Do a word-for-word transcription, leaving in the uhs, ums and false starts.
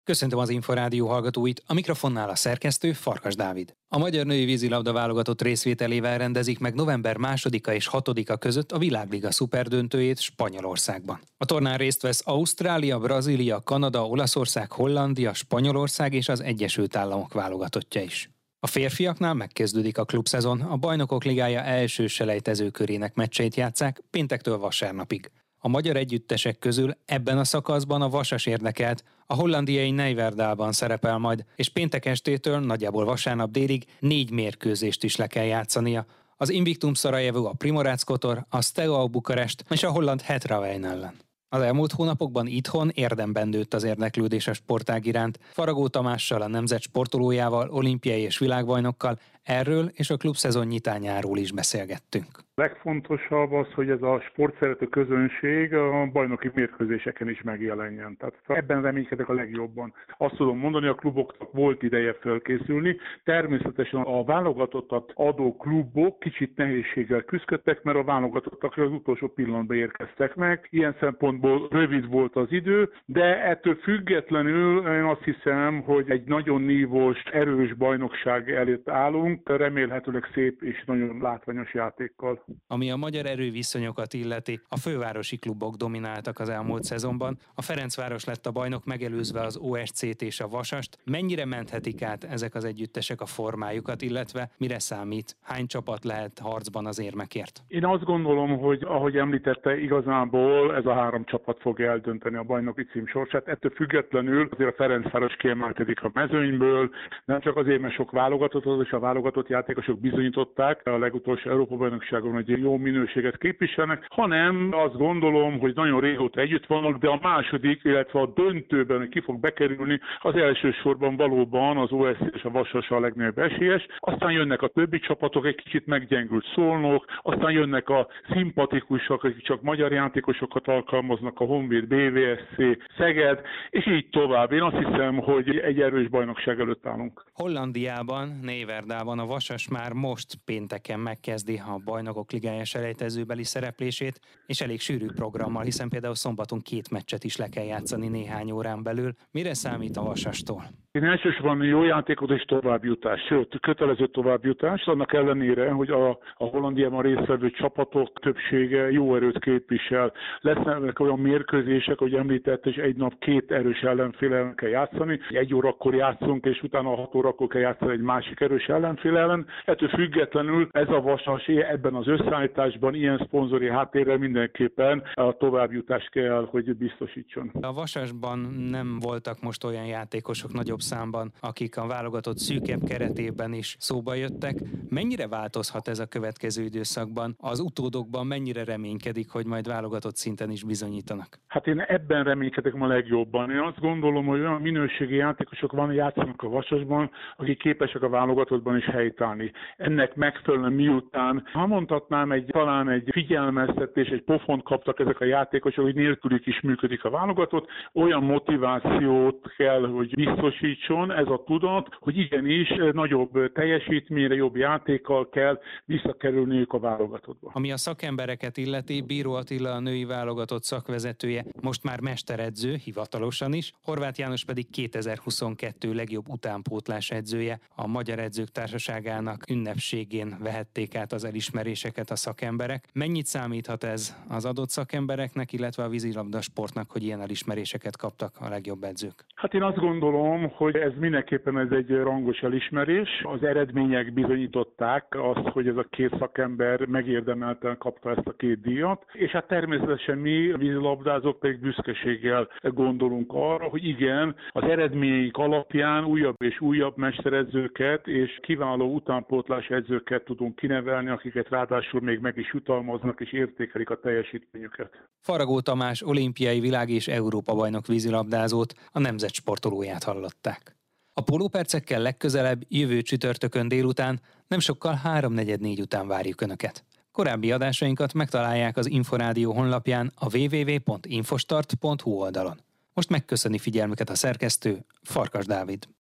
Köszöntöm az Inforádió hallgatóit, a mikrofonnál a szerkesztő Farkas Dávid. A magyar női vízilabda válogatott részvételével rendezik meg november másodika és hatodika között a Világliga szuperdöntőjét Spanyolországban. A tornán részt vesz Ausztrália, Brazília, Kanada, Olaszország, Hollandia, Spanyolország és az Egyesült Államok válogatottja is. A férfiaknál megkezdődik a klubszezon, a Bajnokok Ligája első selejtezőkörének meccseit játsszák péntektől vasárnapig. A magyar együttesek közül ebben a szakaszban a Vasas érdekelt, a hollandiai Nijverdaalban szerepel majd, és péntek estétől nagyjából vasárnap délig négy mérkőzést is le kell játszania. Az Invictum Szarajevó, a Primorac Kotor, a Steaua Bukarest és a holland Heerenveen ellen. Az elmúlt hónapokban itthon érdemben nőtt az érdeklődés a sportág iránt. Faragó Tamással, a nemzet sportolójával, olimpiai és világbajnokkal erről és a klubszezon nyitányáról is beszélgettünk. Legfontosabb az, hogy ez a sportszerető közönség a bajnoki mérkőzéseken is megjelenjen. Tehát ebben reménykedek a legjobban. Azt tudom mondani, a kluboknak volt ideje felkészülni. Természetesen a válogatottat adó klubok kicsit nehézséggel küzdöttek, mert a válogatottak az utolsó pillanatban érkeztek meg. Ilyen szempontból rövid volt az idő, de ettől függetlenül én azt hiszem, hogy egy nagyon nívós, erős bajnokság előtt állunk, remélhetőleg szép és nagyon látványos játékkal. Ami a magyar erőviszonyokat illeti, a fővárosi klubok domináltak az elmúlt szezonban. A Ferencváros lett a bajnok, megelőzve az o es cét és a Vasast. Mennyire menthetik át ezek az együttesek a formájukat, illetve mire számít? Hány csapat lehet harcban az érmekért? Én azt gondolom, hogy ahogy említette, igazából ez a három csapat fog eldönteni a bajnoki cím sorsát. Ettől függetlenül azért a Ferencváros kiemelkedik a mezőnyből, nem csak azért, mert sok válogatott, és a válogatott játékosok bizonyították a legutolsó Európa-bajnokságon, hogy jó minőséget képviselnek, hanem azt gondolom, hogy nagyon régóta együtt vannak, de a második, illetve a döntőben, hogy ki fog bekerülni, az elsősorban valóban az o es cé és a Vasas a legnagyobb esélyes. Aztán jönnek a többi csapatok, egy kicsit meggyengült Szolnok, aztán jönnek a szimpatikusak, akik csak magyar játékosokat alkalmaznak, a Honvéd, bé vé es cé, Szeged, és így tovább. Én azt hiszem, hogy egy erős bajnokság előtt állunk. Hollandiában, Nijverdaalban a Vasas már most pénteken megkezdi a Bajnokok Ligája selejtezőbeli szereplését, és elég sűrű programmal, hiszen például szombaton két meccset is le kell játszani néhány órán belül. Mire számít a Vasastól? Én elsősorban jó játékot és továbbjutás, sőt, kötelező továbbjutás, annak ellenére, hogy a, a Hollandiában résztvevő csapatok többsége jó erőt képvisel. Lesznek olyan mérkőzések, hogy említett, és egy nap két erős ellenfél ellen kell játszani. Egy órakor játszunk, és utána hat órakor kell játszani egy másik erős ellenfél ellen. Ettől függetlenül ez a Vasas ebben az összeállításban ilyen szponzori háttérrel mindenképpen a továbbjutást kell, hogy biztosítson. A Vasasban nem voltak most olyan játékosok nagyobb számban, akik a válogatott szűkebb keretében is szóba jöttek. Mennyire változhat ez a következő időszakban? Az utódokban mennyire reménykedik, hogy majd válogatott szinten is bizonyítanak? Hát én ebben reménykedek ma legjobban. Én azt gondolom, hogy olyan minőségi játékosok van, játszanak a Vasasban, akik képesek a válogatottban is helytállni. Ennek megfelelően miután, ha mondhatnám, egy, talán egy figyelmeztetés, egy pofont kaptak ezek a játékosok, hogy nélkülük is működik a válogatott, olyan motivációt kell, hogy biztosítson ez a tudat, hogy igenis nagyobb teljesítményre, jobb játékkal kell visszakerülniük a válogatottba. Ami a szakembereket illeti, Bíró Attila, a női válogatott szakvezetője, most már mesteredző, hivatalosan is, Horváth János pedig kétezer-huszonkettő legjobb utánpótlás edzője. A Magyar Edzők Társaságának ünnepségén vehették át az elismeréseket a szakemberek. Mennyit számíthat ez az adott szakembereknek, illetve a vízilabda sportnak, hogy ilyen elismeréseket kaptak a legjobb edzők? Hát én azt gondolom, hogy ez mindenképpen ez egy rangos elismerés. Az eredmények bizonyították azt, hogy ez a két szakember megérdemelten kapta ezt a két díjat, és hát természetesen mi vízilabdázók pedig büszkeséggel gondolunk arra, hogy igen, az eredményeik alapján újabb és újabb mesteredzőket és kiváló utánpótlás edzőket tudunk kinevelni, akiket ráadásul még meg is jutalmaznak és értékelik a teljesítményüket. Faragó Tamás olimpiai világ- és Európa-bajnok vízilabdázót, a nemzet sportolóját hallották. A pólópercekkel legközelebb jövő csütörtökön délután, nem sokkal háromnegyed négy után várjuk Önöket. Korábbi adásainkat megtalálják az Inforádió honlapján a double-u double-u double-u pont infostart pont hu oldalon. Most megköszöni figyelmüket a szerkesztő, Farkas Dávid.